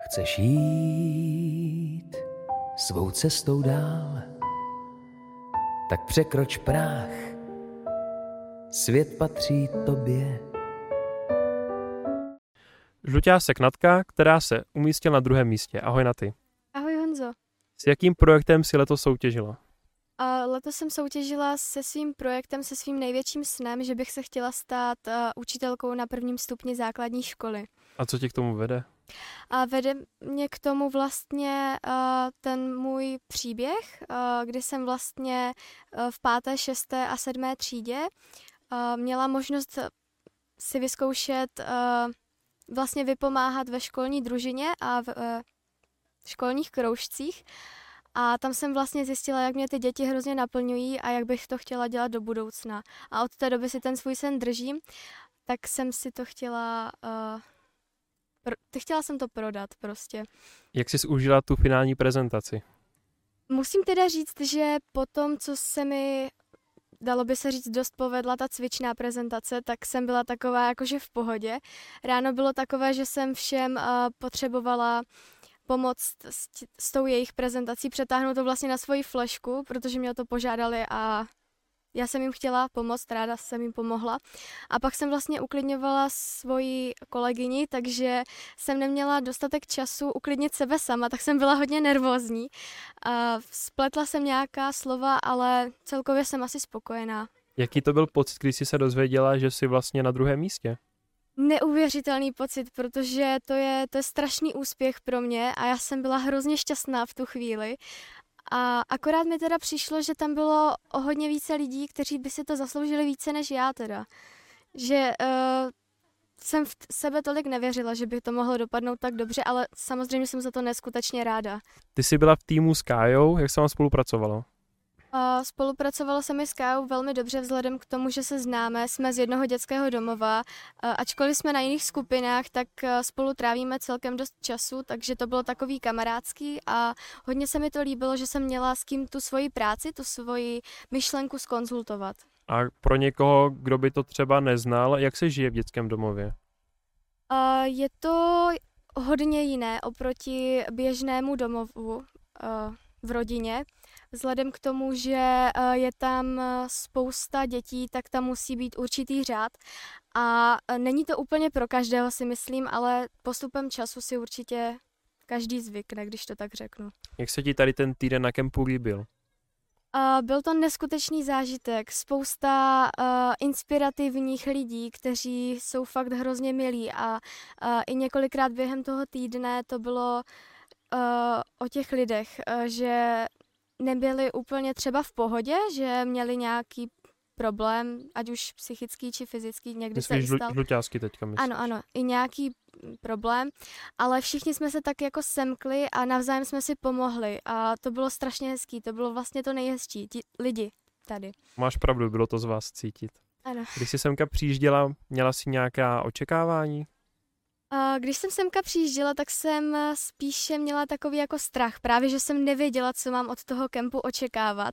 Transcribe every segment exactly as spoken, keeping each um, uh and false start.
Chceš jít svou cestou dál, tak překroč práh, svět patří tobě. Žluťásek Natka, která se umístila na druhém místě. Ahoj Naty. Ahoj Honzo. S jakým projektem si letos soutěžila? A letos jsem soutěžila se svým projektem, se svým největším snem, že bych se chtěla stát uh, učitelkou na prvním stupni základní školy. A co tě k tomu vede? A vede mě k tomu vlastně uh, ten můj příběh, uh, kdy jsem vlastně uh, v páté, šesté a sedmé třídě uh, měla možnost si vyzkoušet uh, vlastně vypomáhat ve školní družině a v uh, školních kroužcích. A tam jsem vlastně zjistila, jak mě ty děti hrozně naplňují a jak bych to chtěla dělat do budoucna. A od té doby si ten svůj sen držím, tak jsem si to chtěla... Uh, pro, chtěla jsem to prodat prostě. Jak jsi užila tu finální prezentaci? Musím teda říct, že po tom, co se mi, dalo by se říct, dost povedla ta cvičná prezentace, tak jsem byla taková jakože v pohodě. Ráno bylo takové, že jsem všem uh, potřebovala pomoct s, t- s tou jejich prezentací, přetáhnout to vlastně na svoji flešku, protože mě o to požádali a já jsem jim chtěla pomoct, ráda jsem jim pomohla. A pak jsem vlastně uklidňovala svoji kolegyni, takže jsem neměla dostatek času uklidnit sebe sama, tak jsem byla hodně nervózní. A spletla jsem nějaká slova, ale celkově jsem asi spokojená. Jaký to byl pocit, když jsi se dozvěděla, že jsi vlastně na druhém místě? Neuvěřitelný pocit, protože to je, to je strašný úspěch pro mě a já jsem byla hrozně šťastná v tu chvíli. A akorát mi teda přišlo, že tam bylo o hodně více lidí, kteří by si to zasloužili více než já teda. Že uh, jsem v sebe tolik nevěřila, že by to mohlo dopadnout tak dobře, ale samozřejmě jsem za to neskutečně ráda. Ty jsi byla v týmu s Kájou, jak se vám spolupracovalo? Uh, spolupracovalo se mi s Kájou velmi dobře vzhledem k tomu, že se známe, jsme z jednoho dětského domova. Uh, ačkoliv jsme na jiných skupinách, tak uh, spolu trávíme celkem dost času, takže to bylo takový kamarádský a hodně se mi to líbilo, že jsem měla s kým tu svoji práci, tu svoji myšlenku zkonzultovat. A pro někoho, kdo by to třeba neznal, jak se žije v dětském domově? Uh, je to hodně jiné oproti běžnému domovu uh, v rodině. Vzhledem k tomu, že je tam spousta dětí, tak tam musí být určitý řád a není to úplně pro každého, si myslím, ale postupem času si určitě každý zvykne, když to tak řeknu. Jak se ti tady ten týden na kempu líbil? Byl to neskutečný zážitek, spousta uh, inspirativních lidí, kteří jsou fakt hrozně milí a uh, i několikrát během toho týdne to bylo uh, o těch lidech, uh, že nebyli úplně třeba v pohodě, že měli nějaký problém, ať už psychický či fyzický, někdy se i stal. Žluťásky teďka myslím. Ano, ano, i nějaký problém, ale všichni jsme se tak jako semkli a navzájem jsme si pomohli a to bylo strašně hezký, to bylo vlastně to nejhezčí, ti lidi tady. Máš pravdu, bylo to z vás cítit. Ano. Když jsi semka přijížděla, měla jsi nějaká očekávání? Když jsem semka přijížděla, tak jsem spíše měla takový jako strach, právě že jsem nevěděla, co mám od toho kempu očekávat.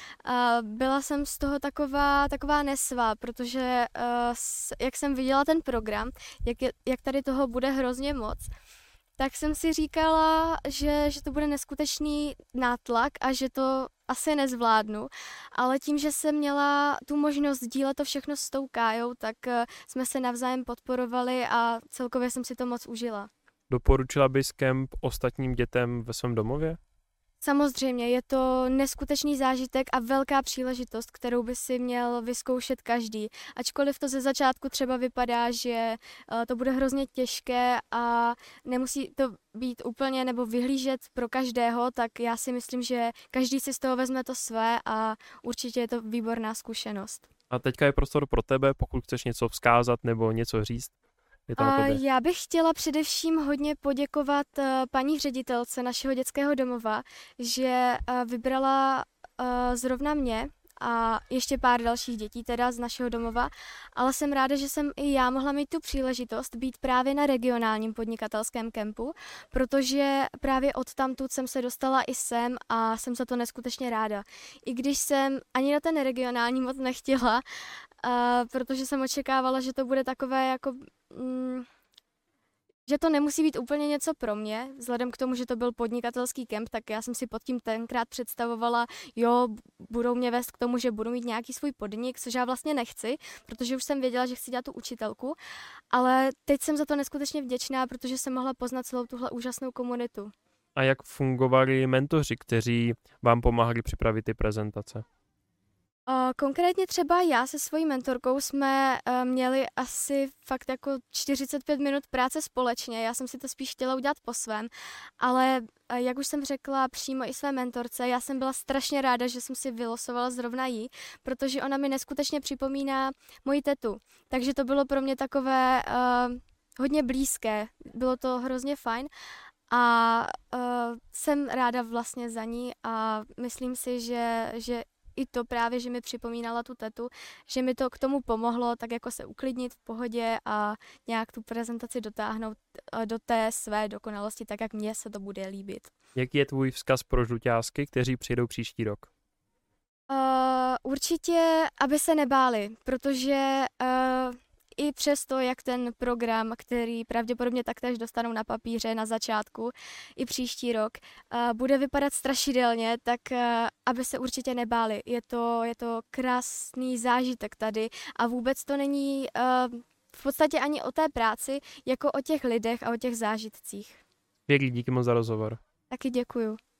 Byla jsem z toho taková, taková nesvá, protože jak jsem viděla ten program, jak, je, jak tady toho bude hrozně moc, tak jsem si říkala, že, že to bude neskutečný nátlak a že to asi nezvládnu, ale tím, že jsem měla tu možnost sdílet to všechno s tou Kájou, tak jsme se navzájem podporovali a celkově jsem si to moc užila. Doporučila bys kemp ostatním dětem ve svém domově? Samozřejmě, je to neskutečný zážitek a velká příležitost, kterou by si měl vyzkoušet každý. Ačkoliv to ze začátku třeba vypadá, že to bude hrozně těžké a nemusí to být úplně nebo vyhlížet pro každého, tak já si myslím, že každý si z toho vezme to své a určitě je to výborná zkušenost. A teďka je prostor pro tebe, pokud chceš něco vzkázat nebo něco říct. A já bych chtěla především hodně poděkovat uh, paní ředitelce našeho dětského domova, že uh, vybrala uh, zrovna mě a ještě pár dalších dětí teda z našeho domova, ale jsem ráda, že jsem i já mohla mít tu příležitost být právě na regionálním podnikatelském kempu, protože právě odtamtud jsem se dostala i sem a jsem za to neskutečně ráda. I když jsem ani na ten regionální moc nechtěla, uh, protože jsem očekávala, že to bude takové jako... Mm, že to nemusí být úplně něco pro mě, vzhledem k tomu, že to byl podnikatelský kemp, tak já jsem si pod tím tenkrát představovala, jo, budou mě vést k tomu, že budu mít nějaký svůj podnik, což já vlastně nechci, protože už jsem věděla, že chci dělat tu učitelku, ale teď jsem za to neskutečně vděčná, protože jsem mohla poznat celou tuhle úžasnou komunitu. A jak fungovali mentoři, kteří vám pomáhali připravit ty prezentace? Uh, konkrétně třeba já se svojí mentorkou jsme uh, měli asi fakt jako čtyřicet pět minut práce společně, já jsem si to spíš chtěla udělat po svém, ale uh, jak už jsem řekla přímo i své mentorce, já jsem byla strašně ráda, že jsem si vylosovala zrovna jí, protože ona mi neskutečně připomíná moji tetu, takže to bylo pro mě takové uh, hodně blízké, bylo to hrozně fajn. A uh, jsem ráda vlastně za ní a myslím si, že, že i to právě, že mi připomínala tu tetu, že mi to k tomu pomohlo tak jako se uklidnit v pohodě a nějak tu prezentaci dotáhnout do té své dokonalosti, tak jak mně se to bude líbit. Jaký je tvůj vzkaz pro žluťásky, kteří přijdou příští rok? Uh, určitě, aby se nebáli, protože uh, i přesto, jak ten program, který pravděpodobně taktéž dostanou na papíře na začátku i příští rok, uh, bude vypadat strašidelně, tak uh, aby se určitě nebáli. Je to, je to krásný zážitek tady a vůbec to není uh, v podstatě ani o té práci, jako o těch lidech a o těch zážitcích. Věrí, díky moc za rozhovor. Taky děkuju.